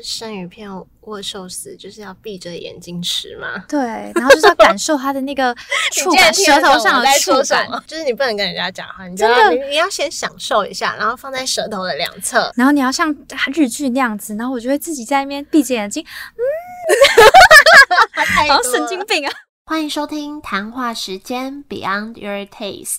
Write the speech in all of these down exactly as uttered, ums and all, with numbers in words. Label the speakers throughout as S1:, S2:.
S1: 是生鱼片或寿司就是要闭着眼睛吃吗？
S2: 对，然后就是要感受它的那个触感，舌头上的触感，
S1: 就是你不能跟人家讲话，你就要你, 你要先享受一下，然后放在舌头的两侧，
S2: 然后你要像日剧那样子，然后我就会自己在那边闭着眼睛，嗯，好神经病啊！
S1: 欢迎收听谈话时间 Beyond Your Taste。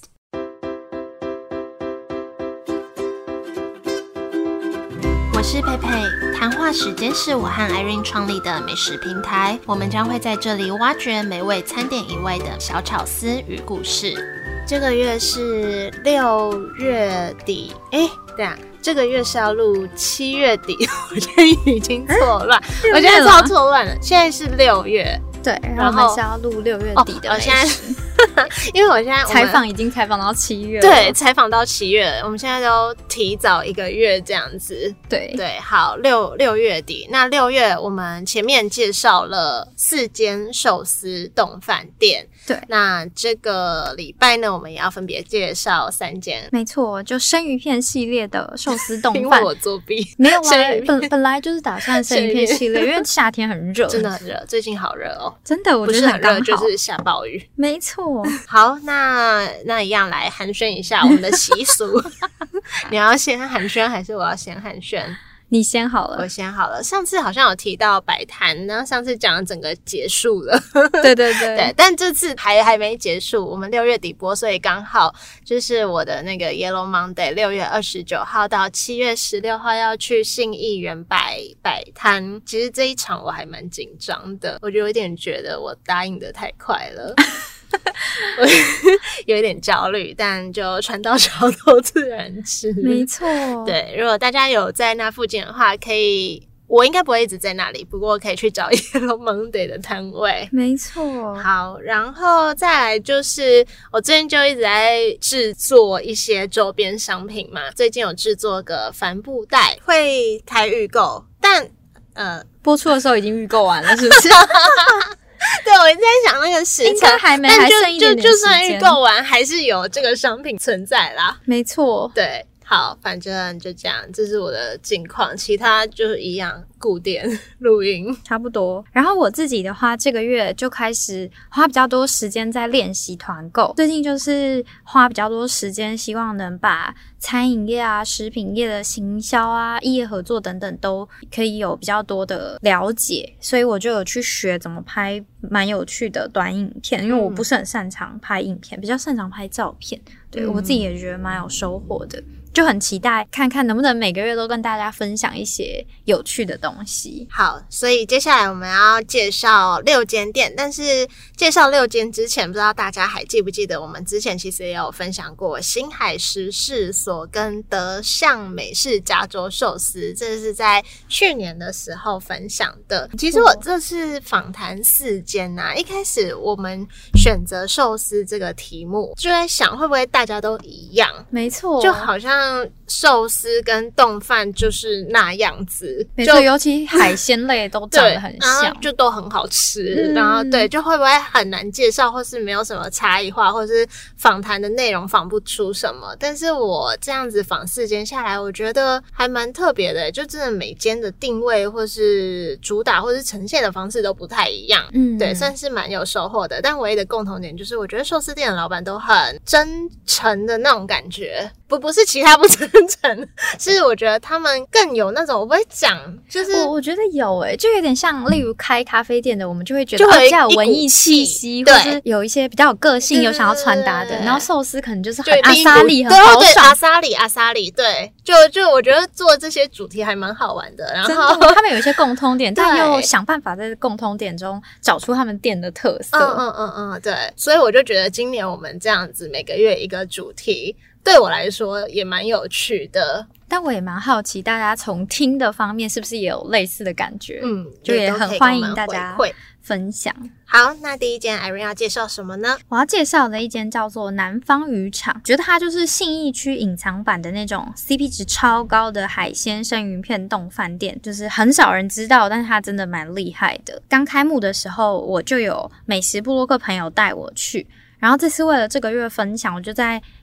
S1: 我是佩佩，谈话时间是我和 Irene 创立的美食平台，我们将会在这里挖掘美味餐点以外的小巧思与故事。这个月是六月底，诶，对啊，这个月是要录七月底，我觉得已经错乱，我现在超错乱了，现在是六月。
S2: 对，然后我们是要录六月底的美食、哦、现
S1: 在因为我现在
S2: 采访已经采访到七月了，
S1: 对，采访到七月，我们现在都提早一个月这样子。
S2: 对
S1: 对，好，六六月底，那六月我们前面介绍了四间寿司冻饭店，
S2: 对，
S1: 那这个礼拜呢，我们也要分别介绍三间，
S2: 没错，就生鱼片系列的寿司冻饭。
S1: 因为我作弊，
S2: 没有啊，本本来就是打算生鱼片系列，因为夏天很热，
S1: 真的很热，最近好热哦。
S2: 真的，我觉得很刚好，
S1: 不是很热就是下暴雨。
S2: 没错。
S1: 好，那那一样来寒暄一下我们的习俗。你要先寒暄还是我要先寒暄？
S2: 你先好了，
S1: 我先好了。上次好像有提到摆摊呢，上次讲整个结束了。
S2: 对对对
S1: 对，但这次还还没结束，我们六月底播，所以刚好就是我的那个 Yellow Monday， 六月二十九号到七月十六号要去信义园摆摆摊。其实这一场我还蛮紧张的，我就有点觉得我答应的太快了。我有一点焦虑，但就船到桥头自然直。
S2: 没错，
S1: 对，如果大家有在那附近的话，可以，我应该不会一直在那里，不过可以去找 Yellow Monday 的摊位。
S2: 没错。
S1: 好，然后再来就是我最近就一直在制作一些周边商品嘛，最近有制作个帆布袋，会开预购，但呃，
S2: 播出的时候已经预购完了，是不是？
S1: 对，我一直在想那个时程，
S2: 应该还没，还剩一点点时间。
S1: 就就算预购完，还是有这个商品存在啦。
S2: 没错，
S1: 对，好，反正就这样，这是我的近况，其他就是一样，固定录音，
S2: 差不多。然后我自己的话，这个月就开始花比较多时间在练习团购，最近就是花比较多时间，希望能把餐饮业啊、食品业的行销啊、异业合作等等都可以有比较多的了解，所以我就有去学怎么拍蛮有趣的短影片，因为我不是很擅长拍影片，比较擅长拍照片。对、嗯、我自己也觉得蛮有收获的，就很期待看看能不能每个月都跟大家分享一些有趣的东西。
S1: 好，所以接下来我们要介绍六间店，但是介绍六间之前，不知道大家还记不记得我们之前其实也有分享过新海食事所跟德相美式加州寿司，这是在去年的时候分享的。其实我这次访谈四间啊，一开始我们选择寿司这个题目，就在想会不会大家都一样。
S2: 没错，
S1: 就好像寿司跟冻饭就是那样子，
S2: 没错，尤其海鲜类都长得很像，
S1: 然后就都很好吃、嗯、然后对，就会不会很难介绍，或是没有什么差异化，或是访谈的内容访不出什么。但是我这样子访四间下来，我觉得还蛮特别的，就真的每间的定位或是主打或是呈现的方式都不太一样，嗯，对，算是蛮有收获的。但唯一的共同点就是我觉得寿司店的老板都很真诚的那种感觉，不不是其他不真诚，是我觉得他们更有那种，我不会讲，就是
S2: 我我觉得有诶、欸，就有点像例如开咖啡店的，我们就会觉得
S1: 就会有、
S2: 哦、比较有文艺气息，或是有一些比较有个性、有想要传达的。然后寿司可能就是很阿萨里，很豪爽，
S1: 阿萨里阿萨里，对，就就我觉得做这些主题还蛮好玩的。然后
S2: 他们有一些共通点，但又想办法在共通点中找出他们店的特色。
S1: 嗯嗯嗯嗯，对，所以我就觉得今年我们这样子每个月一个主题，对我来说也蛮有趣的。
S2: 但我也蛮好奇，大家从听的方面是不是也有类似的感觉？嗯，就也很欢迎大家分享。
S1: 好，那第一间 Irene 要介绍什么呢？
S2: 我要介绍的一间叫做南方渔场，觉得它就是信义区隐藏版的那种 C P 值超高的海鲜生鱼片冻饭店，就是很少人知道，但是它真的蛮厉害的。刚开幕的时候，我就有美食部落客朋友带我去，然后这次为了这个月分享，我就在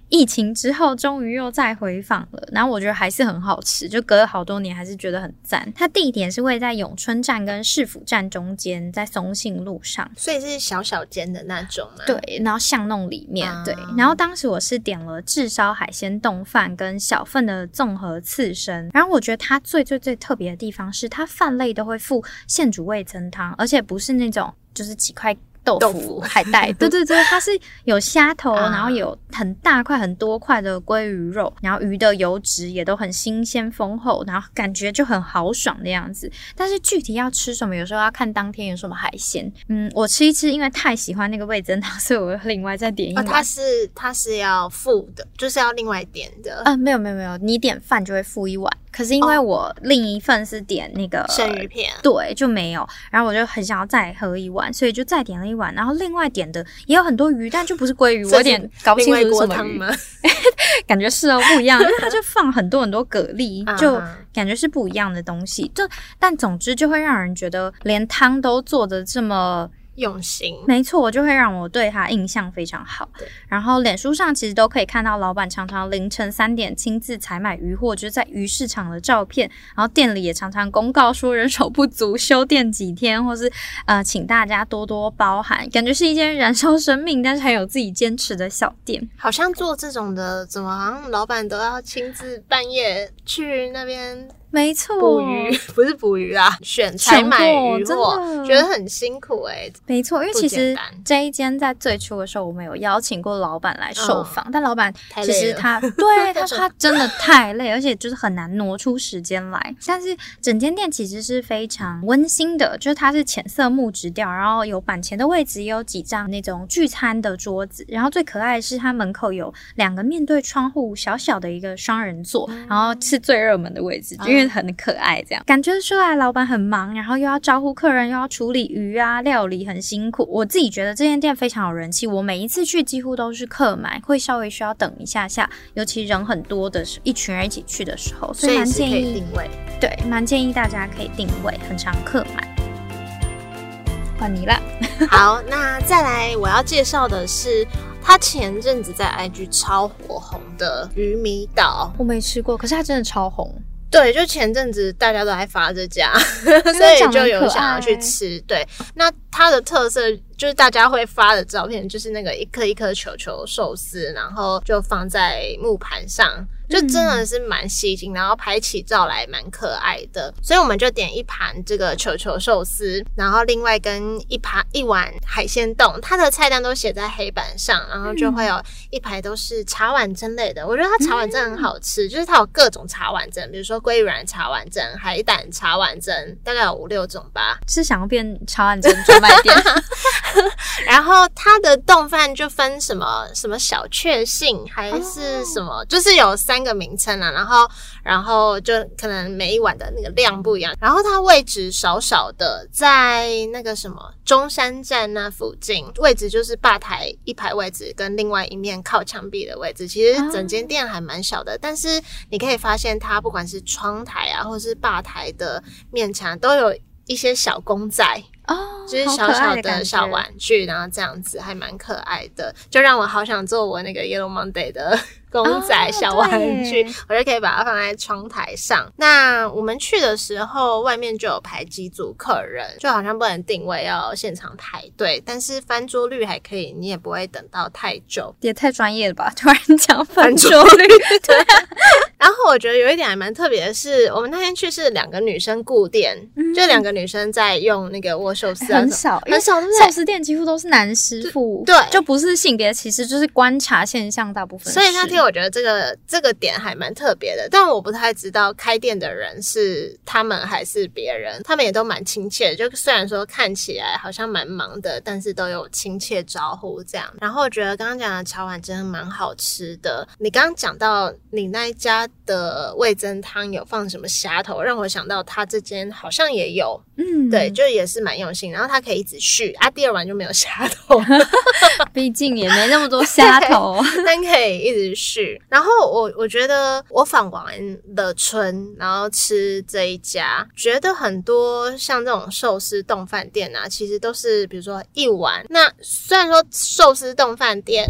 S2: 疫情之后终于又再回访了，然后我觉得还是很好吃，就隔了好多年还是觉得很赞。它地点是位在永春站跟市府站中间，在松信路上，
S1: 所以是小小间的那种吗？
S2: 对，然后巷弄里面、啊、对。然后当时我是点了炙烧海鲜冻饭跟小份的综合刺身，然后我觉得它最最最特别的地方是它饭类都会附现煮味噌汤，而且不是那种就是几块豆腐, 豆腐海带对对对，它是有虾头、啊、然后有很大块很多块的鲑鱼肉，然后鱼的油脂也都很新鲜丰厚，然后感觉就很豪爽的样子。但是具体要吃什么有时候要看当天有什么海鲜。嗯，我吃一吃，因为太喜欢那个味噌汤，所以我另外再点一碗、哦、
S1: 它是它是要付的，就是要另外点的。
S2: 嗯、呃，没有没有没有，你点饭就会付一碗，可是因为我另一份是点那个
S1: 生鱼片，
S2: 对，就没有，然后我就很想要再喝一碗，所以就再点了一碗，然后另外点的也有很多鱼，但就不是鲑鱼，我有点搞不清楚是什么鱼吗？感觉是哦，不一样，因为它就放很多很多蛤蜊，就感觉是不一样的东西。就但总之就会让人觉得连汤都做得这么
S1: 用心，
S2: 没错，就会让我对他印象非常好。然后脸书上其实都可以看到老板常常凌晨三点亲自采买鱼货，就是在鱼市场的照片，然后店里也常常公告说人手不足，休店几天，或是呃请大家多多包涵，感觉是一间燃烧生命但是还有自己坚持的小店。
S1: 好像做这种的怎么好像老板都要亲自半夜去那边，
S2: 没错，
S1: 捕鱼不是捕鱼啦，选采买鱼货，觉得很辛苦哎、欸。
S2: 没错，因为其实这一间在最初的时候，我们有邀请过老板来受访、嗯，但老板其实他对他说他真的太累，而且就是很难挪出时间来。但是整间店其实是非常温馨的，就是它是浅色木质调，然后有板前的位置，也有几张那种聚餐的桌子，然后最可爱的是它门口有两个面对窗户小小的一个双人座、嗯，然后是最热门的位置，因为很可爱，这样感觉出来老板很忙，然后又要招呼客人，又要处理鱼啊料理，很辛苦。我自己觉得这间店非常有人气，我每一次去几乎都是客买，会稍微需要等一下下，尤其人很多的时候，一群人一起去的时候，所以蛮建议
S1: 定位，
S2: 对，蛮建议大家可以定位，很常客买。换你啦。
S1: 好，那再来我要介绍的是他前阵子在 I G 超火红的鱼米岛，
S2: 我没吃过，可是他真的超红。
S1: 对，就前阵子大家都在发这家，所以就有想要去吃。对，那它的特色就是大家会发的照片，就是那个一颗一颗球球寿司，然后就放在木盘上，就真的是蛮吸睛，然后拍起照来蛮可爱的。所以我们就点一盘这个球球寿司，然后另外跟一盘一碗海鲜冻，它的菜单都写在黑板上，然后就会有一排都是茶碗蒸类的。我觉得它茶碗蒸很好吃，就是它有各种茶碗蒸，比如说鲑鱼卵茶碗蒸、海胆茶碗蒸，大概有五六种吧。
S2: 是想要变茶碗蒸专卖店。
S1: 然后它的冻饭就分什么什么小确幸还是什么、oh. 就是有三个名称啦，然后然后就可能每一碗的那个量不一样，然后它位置少少的，在那个什么中山站那附近，位置就是吧台一排位置跟另外一面靠墙壁的位置，其实整间店还蛮小的、oh. 但是你可以发现它不管是窗台啊或是吧台的面墙都有一些小公仔哦，就是小小的小玩具，然后这样子还蛮可爱的，就让我好想做我那个 Yellow Monday 的公仔小玩具、哦、我就可以把它放在窗台上。那我们去的时候外面就有排几组客人，就好像不能定位，要现场排队，但是翻桌率还可以，你也不会等到太久。
S2: 也太专业了吧，突然讲翻桌率。对啊。
S1: 然后我觉得有一点还蛮特别的是，我们那天去是两个女生顾店、嗯、就两个女生在用那个握寿司、啊、
S2: 很少
S1: 很少，
S2: 寿司店几乎都是男师傅，
S1: 对，
S2: 就不是性别歧视，就是观察现象，大部分是。
S1: 所以那天我觉得这个这个点还蛮特别的，但我不太知道开店的人是他们还是别人，他们也都蛮亲切的，就虽然说看起来好像蛮忙的，但是都有亲切招呼这样。然后我觉得刚刚讲的茶碗真的蛮好吃的，你刚刚讲到你那一家的味噌汤有放什么虾头，让我想到他这间好像也有，嗯，对，就也是蛮用心，然后他可以一直续啊，第二碗就没有虾头，
S2: 毕竟也没那么多虾头，
S1: 但可以一直续。然后我我觉得我访完了春，然后吃这一家，觉得很多像这种寿司冻饭店啊，其实都是比如说一碗，那虽然说寿司冻饭店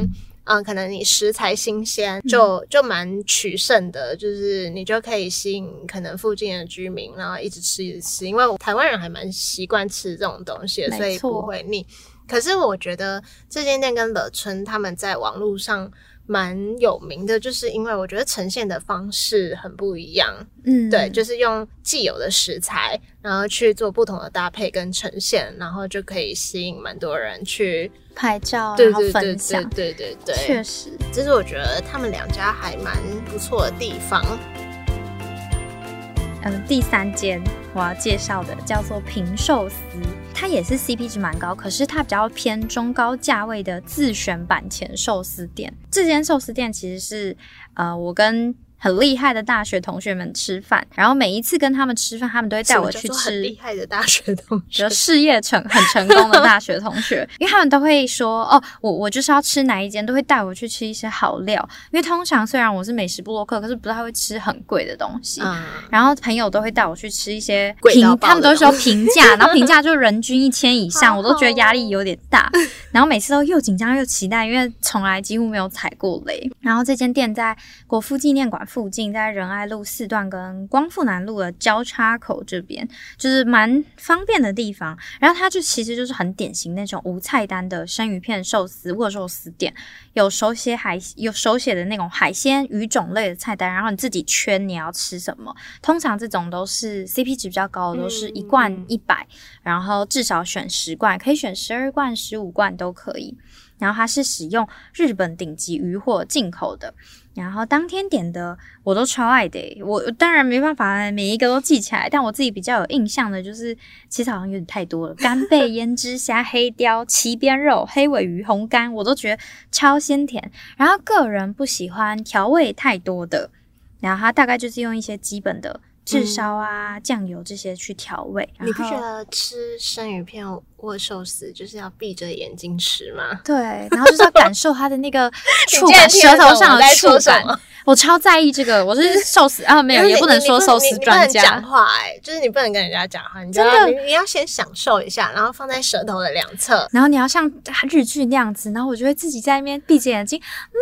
S1: 嗯，可能你食材新鲜，就就蛮取胜的，就是你就可以吸引可能附近的居民，然后一直吃一直吃，因为台湾人还蛮习惯吃这种东西的，所以不会腻。可是我觉得这间店跟乐春他们在网络上蛮有名的，就是因为我觉得呈现的方式很不一样。嗯，对，就是用既有的食材，然后去做不同的搭配跟呈现，然后就可以吸引蛮多人去
S2: 拍照，
S1: 对
S2: 然后分享。
S1: 对对对对对，
S2: 确实，
S1: 这是我觉得他们两家还蛮不错的地方。
S2: 嗯，第三间我要介绍的叫做平寿司，它也是 C P 值蛮高，可是它比较偏中高价位的自选版前寿司店。这间寿司店其实是呃，我跟很厉害的大学同学们吃饭，然后每一次跟他们吃饭，他们都会带我去吃
S1: 很厉害的大学同学，
S2: 事业成很成功的大学同学，因为他们都会说哦，我我就是要吃哪一间，都会带我去吃一些好料。因为通常虽然我是美食部落客，可是不太会吃很贵的东西。嗯、然后朋友都会带我去吃一些平，他们都说平价，然后平价就人均一千以上，我都觉得压力有点大。然后每次都又紧张又期待，因为从来几乎没有踩过雷。然后这间店在国父纪念馆附近，在仁爱路四段跟光复南路的交叉口这边，就是蛮方便的地方。然后它就其实就是很典型那种无菜单的生鱼片寿司握寿司店，有手写海有手写的那种海鲜鱼种类的菜单，然后你自己圈你要吃什么。通常这种都是 C P 值比较高的，都是一罐一百、嗯，然后至少选十罐，可以选十二罐、十五罐都可以。然后它是使用日本顶级鱼货进口的，然后当天点的我都超爱的耶，我当然没办法每一个都记起来，但我自己比较有印象的就是其实好像有点太多了，干贝、胭脂虾、黑鲷、鳍边肉、黑尾鱼、红干，我都觉得超鲜甜。然后个人不喜欢调味太多的，然后它大概就是用一些基本的炙烧啊、酱、嗯、油这些去调味。
S1: 你不觉得吃生鱼片握寿司就是要闭着眼睛吃吗？
S2: 对，然后就是要感受它的那个触感，舌头上的触感。我超在意这个，我是寿司啊，没有也不能说寿司专家。
S1: 讲话哎、欸，就是你不能跟人家讲话，你就要 你, 你要先享受一下，然后放在舌头的两侧，
S2: 然后你要像日剧那样子，然后我就会自己在那边闭着眼睛，嗯。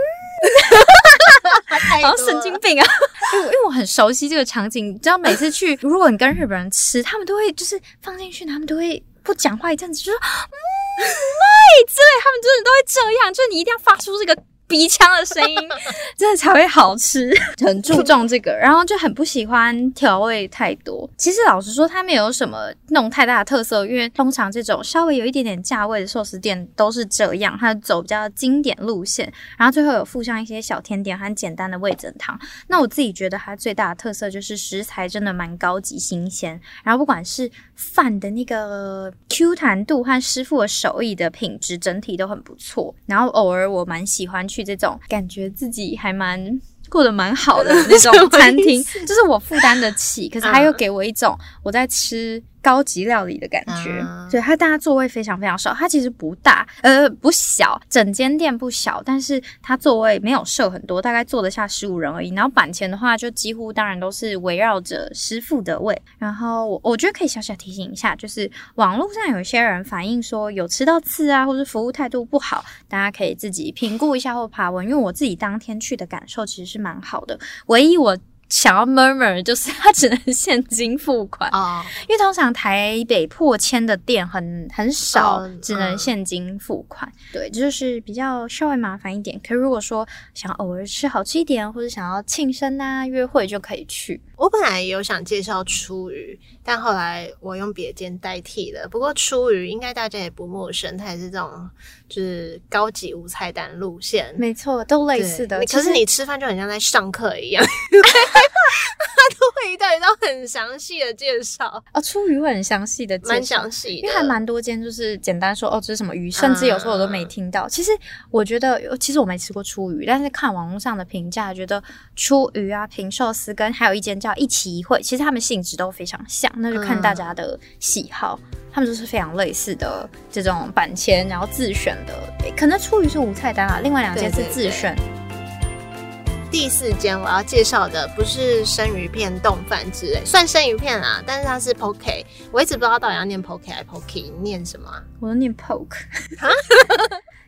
S2: 好像神经病啊！因为因为我很熟悉这个场景，你知道每次去，如果你跟日本人吃，他们都会就是放进去，他们都会不讲话一阵子，就说嗯，妹之类，他们真的都会这样，就是你一定要发出这个鼻腔的声音，真的才会好吃。很注重这个，然后就很不喜欢调味太多。其实老实说，它没有什么那种太大的特色，因为通常这种稍微有一点点价位的寿司店都是这样，它走比较经典路线，然后最后有附上一些小甜点和简单的味噌汤。那我自己觉得它最大的特色就是食材真的蛮高级新鲜，然后不管是饭的那个 Q 弹度和师傅的手艺的品质，整体都很不错。然后偶尔我蛮喜欢去这种感觉自己还蛮过得蛮好的那种餐厅，就是我负担得起，可是它又给我一种我在吃高级料理的感觉。嗯、所以它大家座位非常非常少，它其实不大，呃，不小，整间店不小，但是它座位没有设很多，大概坐得下十五人而已。然后板前的话，就几乎当然都是围绕着师傅的位。然后我我觉得可以小小提醒一下，就是网络上有些人反映说有吃到刺啊，或是服务态度不好，大家可以自己评估一下或爬文。因为我自己当天去的感受其实是蛮好的，唯一我想要 murmur 就是它只能现金付款哦，因为通常台北破千的店很很少、哦、只能现金付款、嗯、对，就是比较稍微麻烦一点。可是如果说想偶尔吃好吃一点，或者想要庆生啊约会就可以去。
S1: 我本来也有想介绍初鱼，但后来我用别间代替了。不过初鱼应该大家也不陌生，它也是这种就是高级无菜单路线，
S2: 没错，都类似的。
S1: 可是你吃饭就很像在上课一样他都会一道一道很详细的介绍
S2: 哦，初鱼会很详细的介绍，
S1: 蛮详细的，
S2: 因为还蛮多间就是简单说哦这是什么鱼，甚至有时候我都没听到、嗯、其实我觉得其实我没吃过初鱼，但是看网络上的评价觉得初鱼啊平寿司跟还有一间叫一期一会，其实他们性质都非常像，那就看大家的喜好、嗯、他们就是非常类似的这种板前然后自选的，可能初鱼是无菜单啦，另外两间是自选。对对对，
S1: 第四间我要介绍的不是生鱼片冻饭之类，算生鱼片啦，但是它是 poke， 我一直不知道到底要念 poke 还是 poke， 念什么、啊、
S2: 我都念 poke
S1: 哈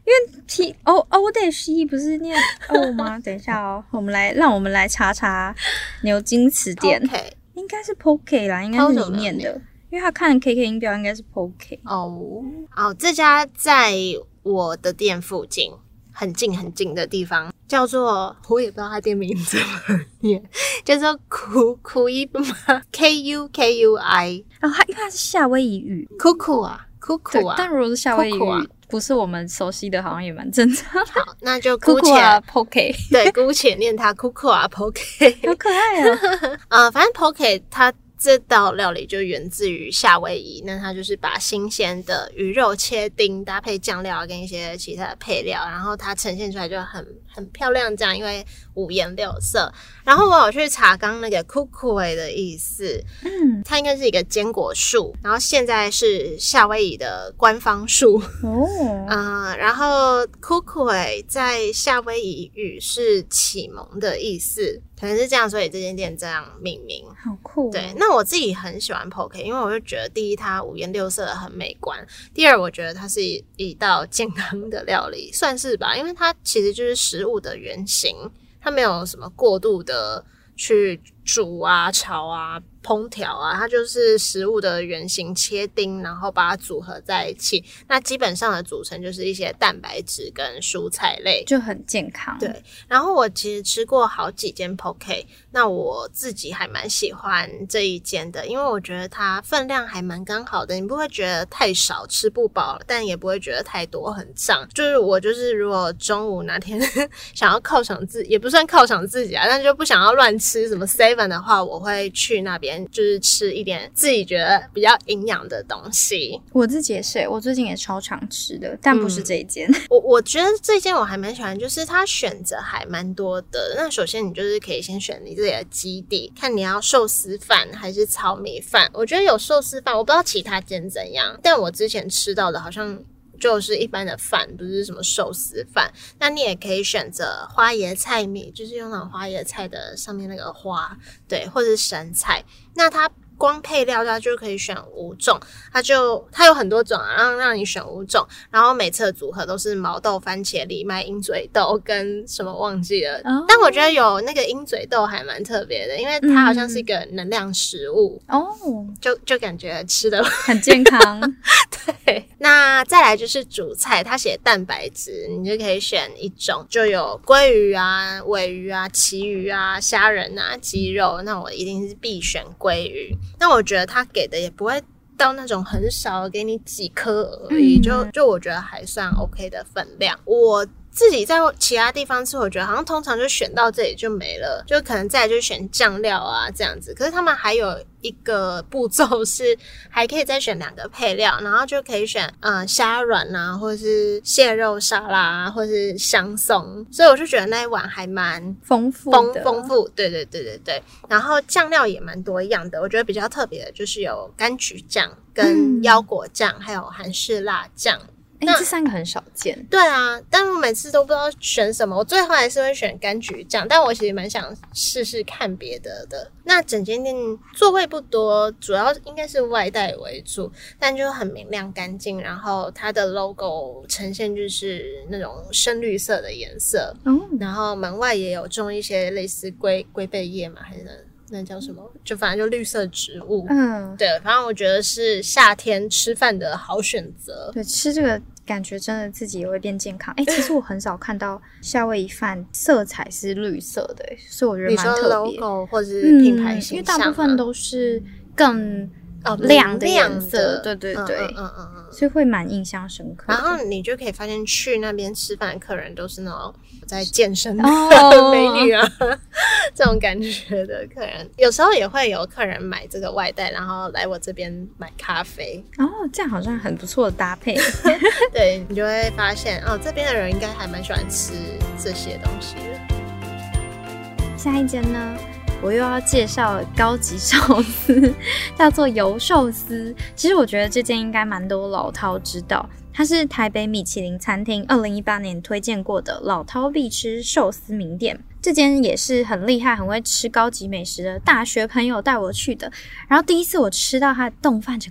S2: 因为 T O O dash 不是念 O 吗？等一下哦，我们来让我们来查查牛津词典，
S1: Poke
S2: 应该是 Poke 啦，应该是你念的，因为他看 K K 音标应该是 Poke。
S1: 哦，哦，这家在我的店附近，很近很近的地方，叫做我也不知道它店名怎么念，叫做 Kukui 吗 ？K U K U I。
S2: 然后它因为它是夏威夷语，
S1: 酷酷啊，酷酷啊。
S2: 但如果是夏威夷语，
S1: 啊、
S2: 不是我们熟悉的，好像也蛮正常。
S1: 好，那就姑且
S2: Poke，
S1: 对，姑且念它酷酷啊 Poke，
S2: 好可爱啊！
S1: 呃，反正 Poke 它。这道料理就源自于夏威夷，那它就是把新鲜的鱼肉切丁搭配酱料跟一些其他的配料，然后它呈现出来就很很漂亮这样，因为五颜六色。然后我有去查刚那个 kukui 的意思，嗯，它应该是一个坚果树，然后现在是夏威夷的官方树哦，嗯，然后 kukui 在夏威夷语是启蒙的意思。可能是这样，所以这间店这样命名，
S2: 好酷哦。
S1: 对，那我自己很喜欢 Poke， 因为我就觉得第一它五颜六色的很美观，第二我觉得它是一一道健康的料理，算是吧，因为它其实就是食物的原型，它没有什么过度的去煮啊、炒啊、烹调啊，它就是食物的原型切丁，然后把它组合在一起。那基本上的组成就是一些蛋白质跟蔬菜类，
S2: 就很健康。
S1: 对，然后我其实吃过好几间 Poke， 那我自己还蛮喜欢这一间的，因为我觉得它分量还蛮刚好的，你不会觉得太少吃不饱，但也不会觉得太多很胀。就是我就是如果中午哪天想要犒赏自己，也不算犒赏自己啊，但就不想要乱吃什么 seven 的话，我会去那边就是吃一点自己觉得比较营养的东西。
S2: 我自己也是，我最近也超常吃的，但不是这一间、嗯、
S1: 我我觉得这间我还蛮喜欢，就是它选择还蛮多的。那首先你就是可以先选你自己的基底，看你要寿司饭还是糙米饭。我觉得有寿司饭，我不知道其他间怎样，但我之前吃到的好像就是一般的饭，不是什么寿司饭。那你也可以选择花椰菜米，就是用那种花椰菜的上面那个花，对，或者是生菜。那它光配料它就可以选五种，它就它有很多种啊，让让你选五种，然后每次的组合都是毛豆、番茄、藜麦、鹰嘴豆跟什么忘记了、oh. 但我觉得有那个鹰嘴豆还蛮特别的，因为它好像是一个能量食物哦、oh. 就就感觉吃的
S2: 很健康
S1: 对，那再来就是主菜，它写蛋白质，你就可以选一种，就有鲑鱼啊、尾鱼啊、旗鱼啊、虾仁啊、鸡肉，那我一定是必选鲑鱼。那我觉得他给的也不会到那种很少给你几颗而已、嗯、就就我觉得还算 OK 的分量。我自己在其他地方吃，我觉得好像通常就选到这里就没了，就可能再来就选酱料啊这样子。可是他们还有一个步骤是还可以再选两个配料，然后就可以选嗯虾软啊，或是蟹肉沙拉啊，或是香松。所以我就觉得那一碗还蛮
S2: 丰富的，
S1: 丰富，对对对对对。然后酱料也蛮多样的，我觉得比较特别的就是有柑橘酱、跟腰果酱、嗯、还有韩式辣酱。
S2: 欸、这三个很少见。
S1: 对啊，但我每次都不知道选什么，我最后还是会选柑橘酱，但我其实蛮想试试看别的的。那整间店座位不多，主要应该是外带为主，但就很明亮干净，然后它的 logo 呈现就是那种深绿色的颜色、哦、然后门外也有种一些类似龟龟背叶嘛，还是那叫什么，就反正就绿色植物。嗯，对，反正我觉得是夏天吃饭的好选择。
S2: 对，吃这个感觉真的自己也会变健康。哎、欸，其实我很少看到夏威夷饭色彩是绿色的、欸，所以我觉得蛮特别。
S1: 你说 logo 或是品牌形象、
S2: 嗯、因为大部分都是更亮的颜色、哦、对对对，嗯嗯嗯嗯，所以会蛮印象深刻的。
S1: 然后你就可以发现去那边吃饭的客人都是那种在健身的、哦、美女啊，这种感觉的客人。有时候也会有客人买这个外带，然后来我这边买咖啡。
S2: 哦，这样好像很不错的搭配。
S1: 对，你就会发现哦，这边的人应该还蛮喜欢吃这些东西的。
S2: 下一间呢，我又要介绍高级寿司，叫做油寿司。其实我觉得这间应该蛮多老饕知道，它是台北米其林餐厅二零一八年推荐过的老饕必吃寿司名店。这间也是很厉害很会吃高级美食的大学朋友带我去的，然后第一次我吃到它的冻饭，整个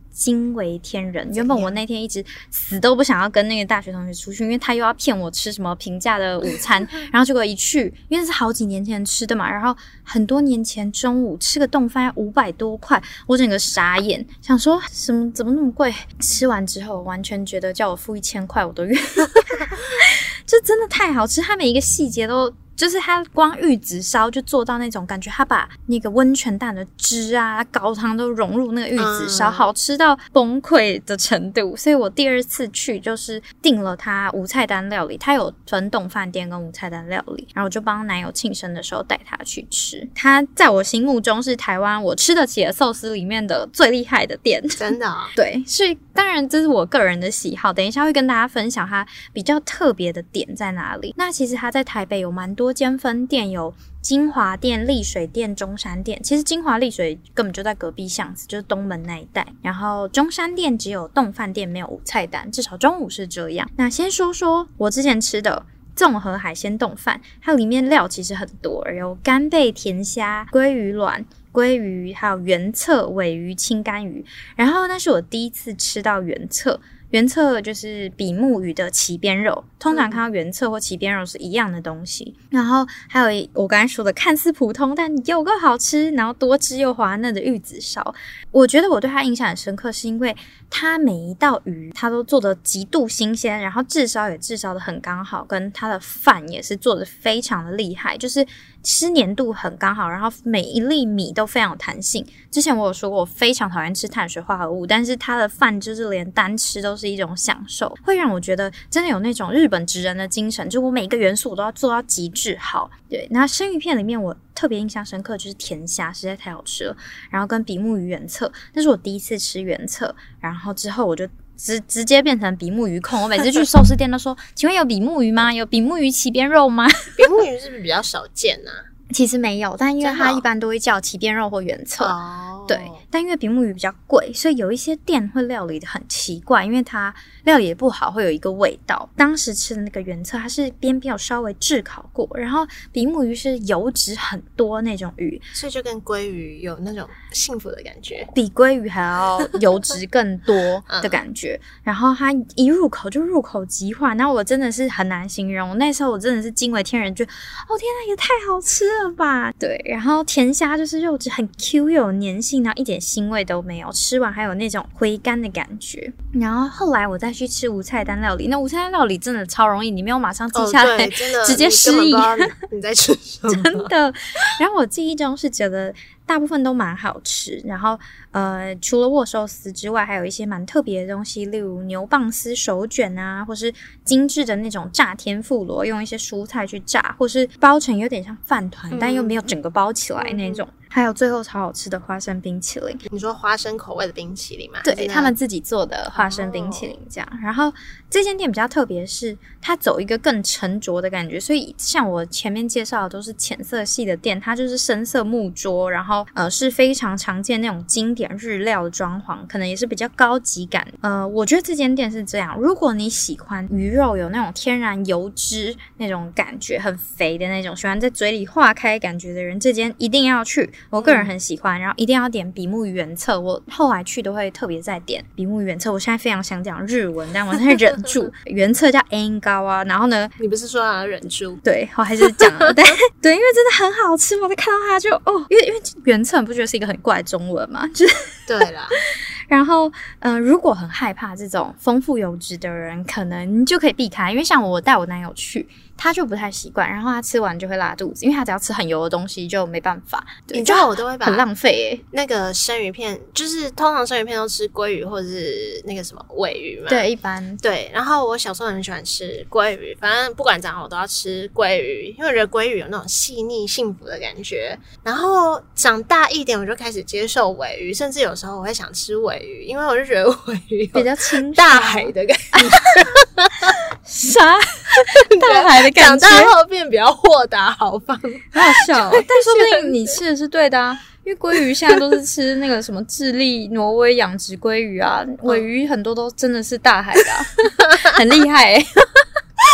S2: 惊为天人。原本我那天一直死都不想要跟那个大学同学出去，因为他又要骗我吃什么平价的午餐然后结果一去，因为是好几年前吃的嘛，然后很多年前中午吃个冻饭要五百多块，我整个傻眼，想说什么怎么那么贵。吃完之后完全觉得叫我付一千块我都愿意就真的太好吃，它每一个细节都就是它光玉子烧就做到那种感觉，它把那个温泉蛋的汁啊高汤都融入那个玉子烧、嗯、好吃到崩溃的程度。所以我第二次去就是订了它无菜单料理，它有分冻饭店跟无菜单料理，然后我就帮男友庆生的时候带他去吃。它在我心目中是台湾我吃得起的寿司里面的最厉害的店，
S1: 真的、哦、
S2: 对，所以当然这是我个人的喜好，等一下会跟大家分享它比较特别的点在哪里。那其实它在台北有蛮多间分店，有金华店、丽水店、中山店。其实金华丽水根本就在隔壁巷子，就是东门那一带。然后中山店只有冻饭店没有无菜单，至少中午是这样。那先说说我之前吃的综合海鲜冻饭，它里面料其实很多，有干贝、甜虾、鲑鱼卵、鲑鱼，还有原侧、鲔鱼、青干鱼。然后那是我第一次吃到原侧。原侧就是比目鱼的鳍边肉，通常看到原侧或鳍边肉是一样的东西。然后还有我刚才说的看似普通但有够好吃，然后多汁又滑嫩的玉子烧。我觉得我对它印象很深刻，是因为它每一道鱼它都做得极度新鲜，然后炙烧也炙烧得很刚好，跟它的饭也是做得非常的厉害，就是吃黏度很刚好，然后每一粒米都非常有弹性。之前我有说过我非常讨厌吃碳水化合物，但是它的饭就是连单吃都是一种享受，会让我觉得真的有那种日本职人的精神，就我每一个元素我都要做到极致好。对，那生鱼片里面我特别印象深刻就是甜虾，实在太好吃了，然后跟比目鱼原侧，那是我第一次吃原侧，然后之后我就直直接变成比目鱼控。我每次去寿司店都说请问有比目鱼吗？有比目鱼鳍边肉吗？
S1: 比目鱼是不是比较少见啊？
S2: 其实没有，但因为它一般都会叫鳍边肉或原侧、哦、对，但因为比目鱼比较贵，所以有一些店会料理的很奇怪，因为它料理也不好，会有一个味道。当时吃的那个原侧它是边边有稍微炙烤过，然后比目鱼是油脂很多那种鱼，
S1: 所以就跟鲑鱼有那种幸福的感觉，
S2: 比鲑鱼还要油脂更多的感觉、嗯、然后它一入口就入口即化，然后我真的是很难形容，我那时候我真的是惊为天人，觉得哦天哪也太好吃了吧。对，然后甜虾就是肉质很 Q 又有粘性，然后一点腥味都没有，吃完还有那种回甘的感觉。然后后来我再去吃无菜单料理，那无菜单料理真的超容易，你没有马上记下来、哦、真的直接失忆，
S1: 你在吃什么
S2: 真的。然后我记忆中是觉得大部分都蛮好吃，然后呃，除了握寿司之外，还有一些蛮特别的东西，例如牛蒡丝手卷啊，或是精致的那种炸天妇罗，用一些蔬菜去炸，或是包成有点像饭团、嗯、但又没有整个包起来那种、嗯、还有最后超好吃的花生冰淇淋。
S1: 你说花生口味的冰淇淋吗？
S2: 对，他们自己做的花生冰淇淋这样、哦、然后这间店比较特别是它走一个更沉着的感觉，所以像我前面介绍的都是浅色系的店，它就是深色木桌，然后呃是非常常见那种经典日料的装潢，可能也是比较高级感。呃，我觉得这间店是这样，如果你喜欢鱼肉有那种天然油脂那种感觉，很肥的那种，喜欢在嘴里化开感觉的人，这间一定要去，我个人很喜欢、嗯、然后一定要点比目鱼原侧，我后来去都会特别再点比目鱼原侧。我现在非常想讲日文，但我在忍住原侧叫 N 高啊，然后呢
S1: 你不是说要忍住？
S2: 对，我还是讲了但对，因为真的很好吃，我在看到它就哦，因为因为原侧不觉得是一个很怪的中文嘛，就是
S1: 对啦。
S2: 然后呃，如果很害怕这种丰富油脂的人，可能就可以避开，因为像我带我男友去，他就不太习惯，然后他吃完就会拉肚子，因为他只要吃很油的东西就没办法。
S1: 你知道我都会把
S2: 很浪费耶、欸。
S1: 那个生鱼片，就是通常生鱼片都吃鲑鱼或者是那个什么鲔鱼嘛。
S2: 对，一般
S1: 对。然后我小时候很喜欢吃鲑鱼，反正不管怎样我都要吃鲑鱼，因为我觉得鲑鱼有那种细腻幸福的感觉。然后长大一点我就开始接受鲔鱼，甚至有时候我会想吃鲔鱼，因为我就觉得鲔鱼
S2: 比较清
S1: 大海的感觉。
S2: 啥？大海的感觉？
S1: 长大后变比较豁达豪放，
S2: 很好笑、哦。但说不定你吃的是对的啊，因为鲑鱼现在都是吃那个什么智利、挪威养殖鲑鱼啊，鲔鱼很多都真的是大海的、啊，很厉害欸。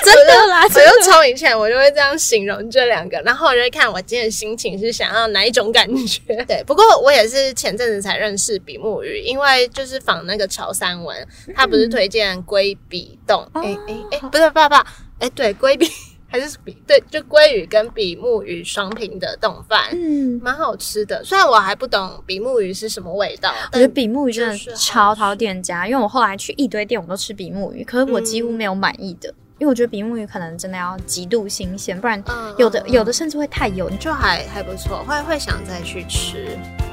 S2: 真的啦，
S1: 我就我就从以前我就会这样形容这两个，然后我就会看我今天的心情是想要哪一种感觉。对，不过我也是前阵子才认识比目鱼，因为就是仿那个乔三文，他不是推荐龟比冻，哎哎哎，不是爸爸，哎对，龟比。还是比对，就鲑鱼跟比目鱼双拼的冻饭，嗯，蛮好吃的。虽然我还不懂比目鱼是什么味道，
S2: 我觉得比目鱼真的超讨店家，因为我后来去一堆店我都吃比目鱼，可是我几乎没有满意的。嗯，因为我觉得比目鱼可能真的要极度新鲜，不然有的、嗯、有的甚至会太油，
S1: 就还还不错，会会想再去吃。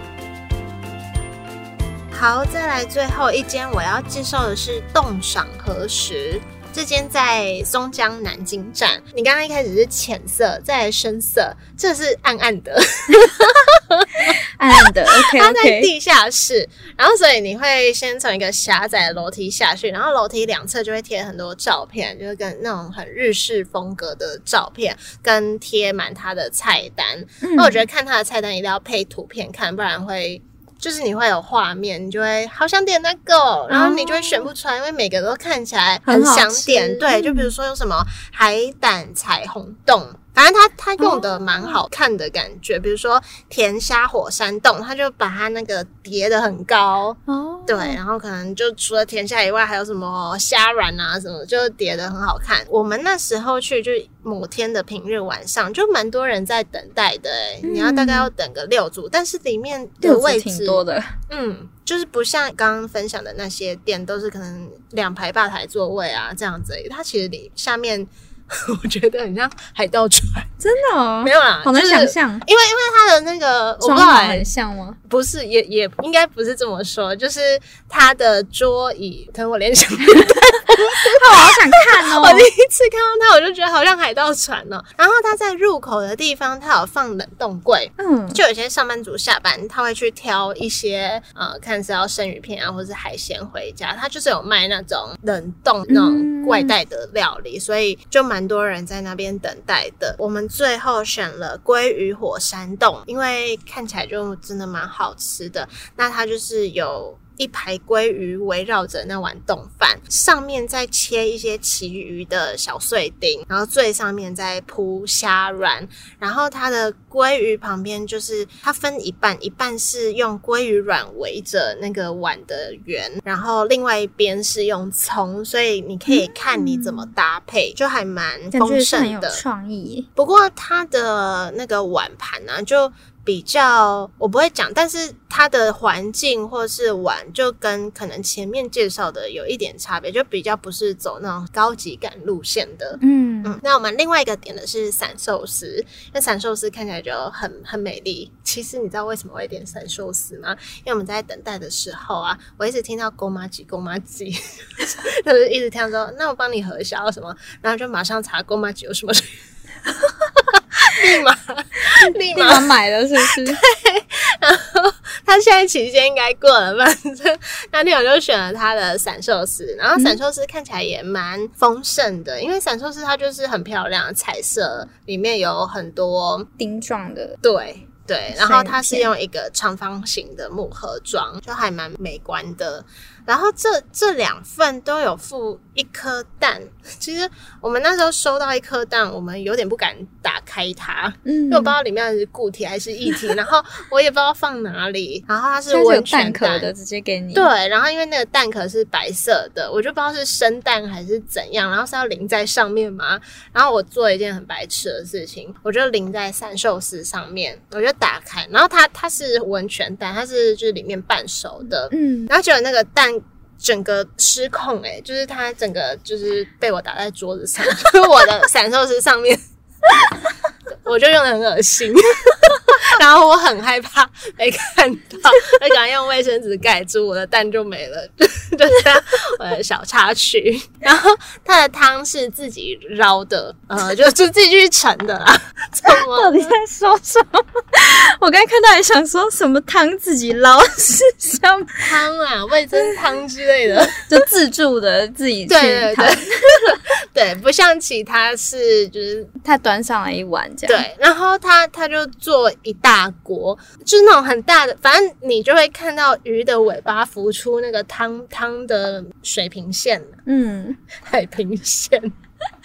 S1: 好，再来最后一间我要介绍的是冻赏和食。这间在松江南京站，你刚刚一开始是浅色，再来深色，这是暗暗的，
S2: 暗暗的 ，OK，
S1: 它在地下室，然后所以你会先从一个狭窄的楼梯下去，然后楼梯两侧就会贴很多照片，就是跟那种很日式风格的照片，跟贴满它的菜单。嗯、那我觉得看它的菜单一定要配图片看，不然会。就是你会有画面，你就会好想点那个、哦，然后你就会选不出来，因为每个都看起来很想点。对，就比如说有什么海胆彩虹冻，反正他他用的蛮好看的感觉。比如说甜虾火山冻，他就把它那个叠得很高，哦，对，然后可能就除了甜虾以外，还有什么虾软啊什么，就叠得很好看。我们那时候去就某天的平日晚上，就蛮多人在等待的、欸，哎、嗯，你要大概要等个六组，但是里面的位置
S2: 挺多的，
S1: 嗯，就是不像刚刚分享的那些店，都是可能两排吧台座位啊这样子而已，它其实里下面。我觉得很像海盗船，
S2: 真的哦，
S1: 没有啦，
S2: 好难想象，
S1: 因为因为它的那个
S2: 装潢很像吗？
S1: 不是，也也应该不是这么说，就是它的桌椅，可能我联想不到，
S2: 我好想看哦！
S1: 我第一次看到它，我就觉得好像海盗船哦。然后它在入口的地方，它有放冷冻柜，嗯，就有些上班族下班他会去挑一些呃，看是要生鱼片啊，或是海鲜回家，它就是有卖那种冷冻那种外带的料理，嗯、所以就蛮。很多人在那边等待的，我们最后选了鲑鱼火山冻，因为看起来就真的蛮好吃的。那它就是有一排鲑鱼围绕着那碗冻饭，上面再切一些旗鱼的小碎丁，然后最上面再铺虾软，然后它的鲑鱼旁边就是它分一半，一半是用鲑鱼软围着那个碗的圆，然后另外一边是用葱，所以你可以看你怎么搭配，嗯、就还蛮丰盛的，
S2: 很有创意。
S1: 不过它的那个碗盘啊，就比较我不会讲，但是它的环境或是碗就跟可能前面介绍的有一点差别，就比较不是走那种高级感路线的。嗯嗯。那我们另外一个点的是散寿司，因为散寿司看起来就很很美丽。其实你知道为什么我会点散寿司吗？因为我们在等待的时候啊，我一直听到勾妈鸡勾妈鸡，就是一直听到说那我帮你核销什么，然后就马上查勾妈鸡有什么。立马立马
S2: 买了是不是？
S1: 对，然后他现在期间应该过了，反正那天我就选了他的散寿司，然后散寿司看起来也蛮丰盛的，因为散寿司它就是很漂亮的彩色，里面有很多
S2: 丁状的，
S1: 对对，然后它是用一个长方形的木盒装，就还蛮美观的。然后这这两份都有附一颗蛋，其实我们那时候收到一颗蛋，我们有点不敢打开它，嗯，因为我不知道里面是固体还是液体，然后我也不知道放哪里，然后它是温泉蛋
S2: 壳的，直接给你。
S1: 对，然后因为那个蛋壳是白色的，我就不知道是生蛋还是怎样，然后是要淋在上面嘛，然后我做了一件很白痴的事情，我就淋在散寿司上面，我就打开，然后它它是温泉蛋，它是就是里面半熟的，嗯，然后结果那个蛋整个失控欸，就是它整个就是被我打在桌子上，就是我的散寿司上面我就用得很恶心然后我很害怕被看到，我赶快用卫生纸盖住，我的蛋就没了，就是我的小插曲。然后它的汤是自己捞的，呃，就就自己去盛的啦。怎么？
S2: 到底在说什么？我刚才看到还想说什么汤自己捞是什么
S1: 汤啊，味噌汤之类的，
S2: 就自助的自己去
S1: 对对对对，不像其他是就是
S2: 他端上来一碗这样。
S1: 对，然后他他就做一大锅，就是那种很大的，反正你就会看到鱼的尾巴浮出那个汤汤的水平线，嗯，海平线。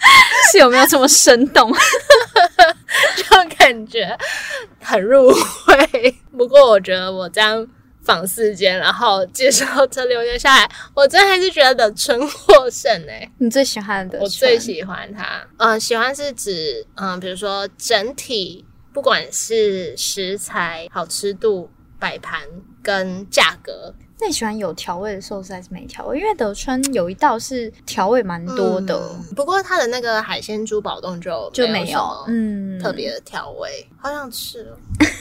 S2: 是有没有这么生动？
S1: 就感觉很入味。不过我觉得我这样访四间，然后介绍这留言下来，我真的还是觉得春获胜欸。
S2: 你最喜欢的？
S1: 我最喜欢它。嗯，喜欢是指嗯，比如说整体，不管是食材、好吃度、摆盘跟价格。
S2: 那你喜欢有调味的寿司还是没调味？因为德春有一道是调味蛮多的、
S1: 嗯，不过它的那个海鲜珠宝冻就
S2: 就没
S1: 有
S2: 嗯
S1: 特别的调味，好想吃哦，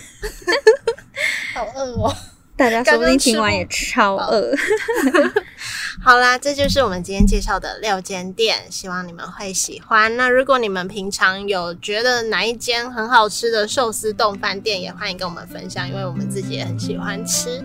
S1: 好饿哦！
S2: 大家说不定听完也超饿。
S1: 好啦，这就是我们今天介绍的六间店，希望你们会喜欢。那如果你们平常有觉得哪一间很好吃的寿司冻饭店，也欢迎跟我们分享，因为我们自己也很喜欢吃。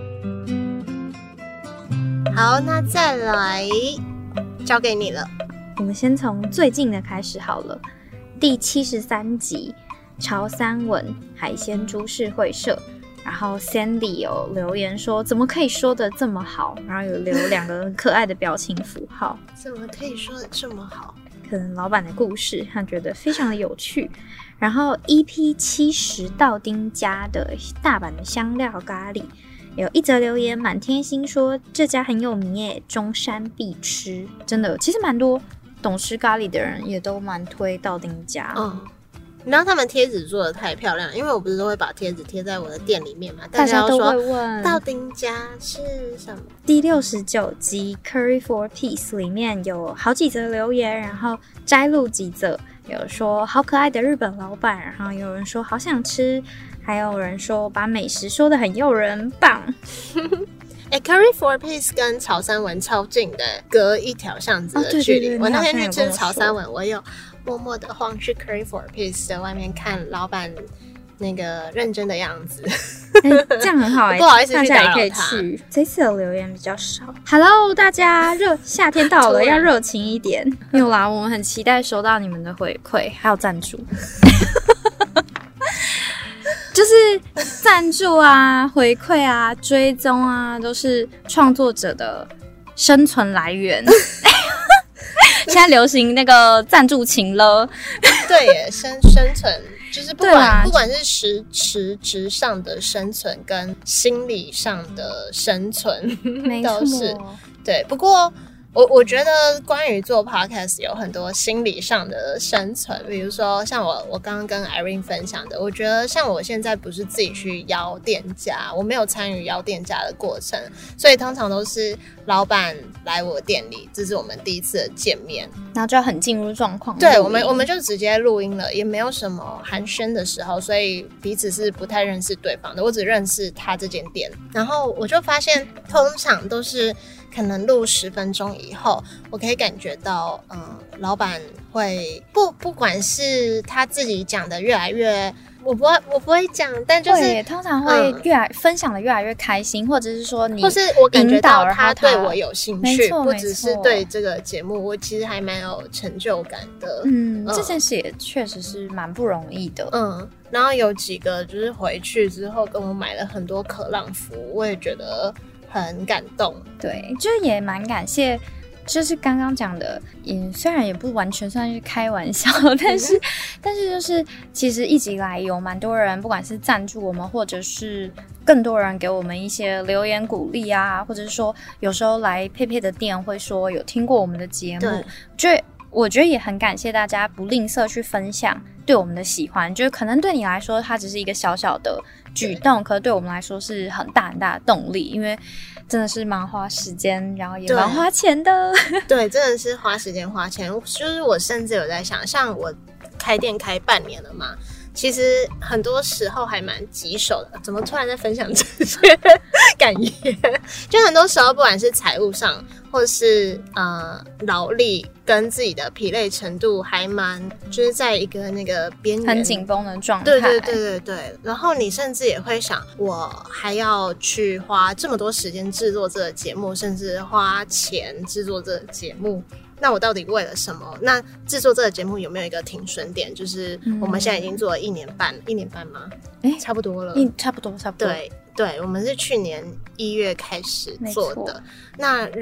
S1: 好，那再来交给你了。
S2: 我们先从最近的开始好了。第七十三集潮三文海鲜株式会社，然后 Sandy 有留言说怎么可以说的这么好，然后有留两个可爱的表情符号。
S1: 怎么可以说的这么好？
S2: 可能老板的故事他觉得非常的有趣。然后 E P 七十道丁家的大阪的香料咖喱，有一则留言蛮贴心说这家很有名耶，中山必吃。真的其实蛮多懂吃咖喱的人也都蛮推道丁家。
S1: 嗯，你知道他们贴纸做的太漂亮，因为我不是都会把贴纸贴在我的店里面嘛，
S2: 大家都
S1: 说
S2: 会问
S1: 道丁家是什么。
S2: 第六十九集 Curry for Peace 里面有好几则留言，然后摘录几则，有说好可爱的日本老板，然后有人说好想吃，还有人说把美食说得很诱人，棒。
S1: 哎、欸、，Curry for Peace 跟潮三文超近的，隔一条巷子的距离、哦。我那天去吃潮三文，我有默默的晃去 Curry for Peace 的外面看老板那个认真的样子。
S2: 欸、这样很好哎、欸，
S1: 不好意思去打扰他，
S2: 大家也可以去。这次的留言比较少。Hello， 大家热夏天到了，要热情一点。没有啦，我们很期待收到你们的回馈，还有赞助。就是赞助啊、回馈啊、追踪啊，都是创作者的生存来源。现在流行那个赞助情了，
S1: 对耶，生生存就是不管、
S2: 啊、
S1: 不管是实实质上的生存跟心理上的生存，都是对。不过我我觉得关于做 podcast 有很多心理上的生存，比如说像我我刚刚跟 Irene 分享的，我觉得像我现在不是自己去邀店家，我没有参与邀店家的过程，所以通常都是老板来我店里，这是我们第一次的见面，
S2: 然后就要很进入状况。
S1: 对，我们我们就直接录音了，也没有什么寒暄的时候，所以彼此是不太认识对方的，我只认识他这间店。然后我就发现通常都是可能录十分钟以后，我可以感觉到，嗯，老板会不不管是他自己讲的越来越，我不会我不会讲，但就是
S2: 通常会越来、嗯、分享的越来越开心，或者是说你，
S1: 或是我感觉到他对我有兴趣，不只是对这个节目，我其实还蛮有成就感的。
S2: 嗯，嗯这件事也确实是蛮不容易的。
S1: 嗯，然后有几个就是回去之后跟我买了很多可浪服，我也觉得很感动。
S2: 对，就是也蛮感谢，就是刚刚讲的，也虽然也不完全算是开玩笑，但是、嗯、但是就是其实一直以来有蛮多人，不管是赞助我们，或者是更多人给我们一些留言鼓励啊，或者是说有时候来佩佩的店会说有听过我们的节目，就我觉得也很感谢大家不吝啬去分享对我们的喜欢，就是可能对你来说它只是一个小小的举动，可是对我们来说是很大很大的动力，因为真的是蛮花时间，然后也蛮花钱的。
S1: 对，真的是花时间花钱。就是我甚至有在想，像我开店开半年了嘛，其实很多时候还蛮棘手的。怎么突然在分享这些感言？就很多时候，不管是财务上，或是呃劳力跟自己的疲累程度，还蛮就是在一个那个边缘
S2: 很紧绷的状态。
S1: 对对对对对。然后你甚至也会想，我还要去花这么多时间制作这个节目，甚至花钱制作这个节目。那我到底为了什么？那制作这个节目有没有一个停损点？就是我们现在已经做了一年半，嗯、一年半吗？哎，差不多了，
S2: 差不多，差不多。
S1: 对对，我们是去年一月开始做的。那如果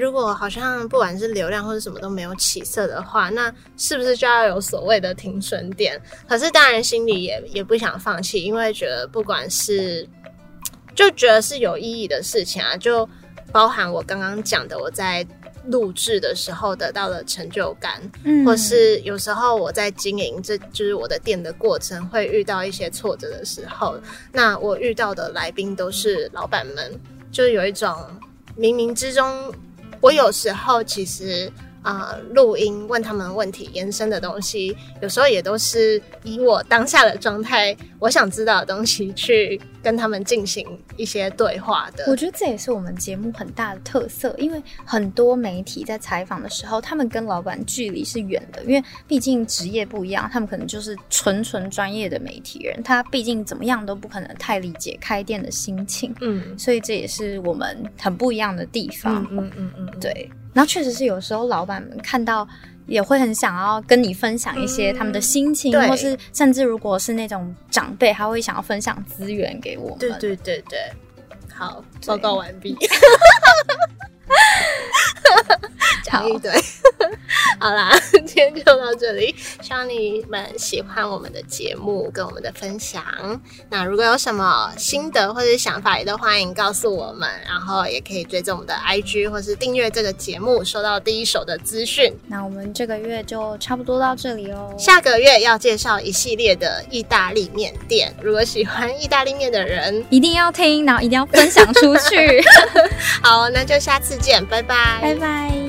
S1: 好像不管是流量或者什么都没有起色的话，那是不是就要有所谓的停损点？可是当然心里也也不想放弃，因为觉得不管是就觉得是有意义的事情啊，就包含我刚刚讲的我在录制的时候得到的成就感，嗯，或是有时候我在经营这就是我的店的过程会遇到一些挫折的时候，那我遇到的来宾都是老板们，就有一种冥冥之中，我有时候其实呃录音问他们问题延伸的东西，有时候也都是以我当下的状态，我想知道的东西去跟他们进行一些对话的。
S2: 我觉得这也是我们节目很大的特色，因为很多媒体在采访的时候，他们跟老板距离是远的，因为毕竟职业不一样，他们可能就是纯纯专业的媒体人，他毕竟怎么样都不可能太理解开店的心情，嗯，所以这也是我们很不一样的地方，嗯嗯嗯嗯，对。然后确实是有时候老板们看到也会很想要跟你分享一些他们的心情，嗯，或是甚至如果是那种长辈，他会想要分享资源给我们。
S1: 对对对对，好，报告完毕。讲一堆。好啦，今天就到这里，希望你们喜欢我们的节目跟我们的分享。那如果有什么心得或者想法，也都欢迎告诉我们，然后也可以追踪我们的 I G 或是订阅这个节目，收到第一手的资讯。
S2: 那我们这个月就差不多到这里哦。
S1: 下个月要介绍一系列的意大利面店，如果喜欢意大利面的人
S2: 一定要听，然后一定要分享出去。
S1: 好，那就下次见，拜拜，
S2: 拜拜。